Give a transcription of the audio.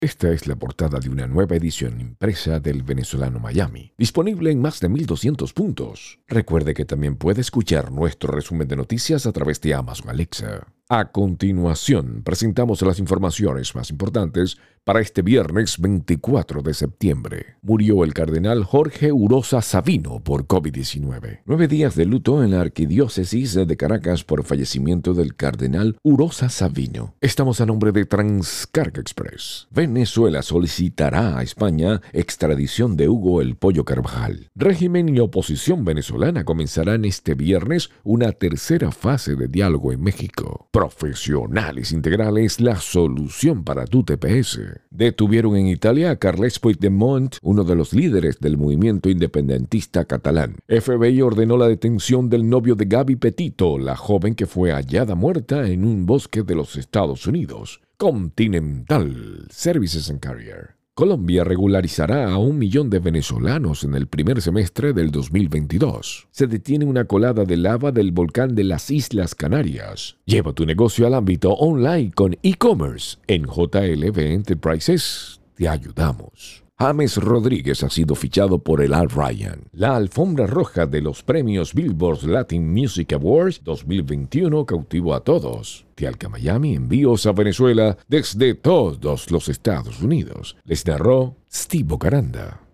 Esta es la portada de una nueva edición impresa del venezolano Miami, disponible en más de 1200 puntos. Recuerde que también puede escuchar nuestro resumen de noticias a través de Amazon Alexa. A continuación, presentamos las informaciones más importantes para este viernes 24 de septiembre. Murió el cardenal Jorge Urosa Savino por COVID-19. 9 días de luto en la arquidiócesis de Caracas por fallecimiento del cardenal Urosa Savino. Estamos a nombre de Transcarga Express. Venezuela solicitará a España extradición de Hugo El Pollo Carvajal. Régimen y oposición venezolana comenzarán este viernes una tercera fase de diálogo en México. Profesionales Integrales, la solución para tu TPS. Detuvieron en Italia a Carles Puigdemont, uno de los líderes del movimiento independentista catalán. FBI ordenó la detención del novio de Gaby Petito, la joven que fue hallada muerta en un bosque de los Estados Unidos. Continental Services and Carrier. Colombia regularizará a 1 millón de venezolanos en el primer semestre del 2022. Se detiene una colada de lava del volcán de las Islas Canarias. Lleva tu negocio al ámbito online con e-commerce. En JLB Enterprises te ayudamos. James Rodríguez ha sido fichado por el Al Ryan. La alfombra roja de los premios Billboard Latin Music Awards 2021 cautivó a todos. Tialca Miami, envíos a Venezuela desde todos los Estados Unidos. Les narró Steve Bocaranda.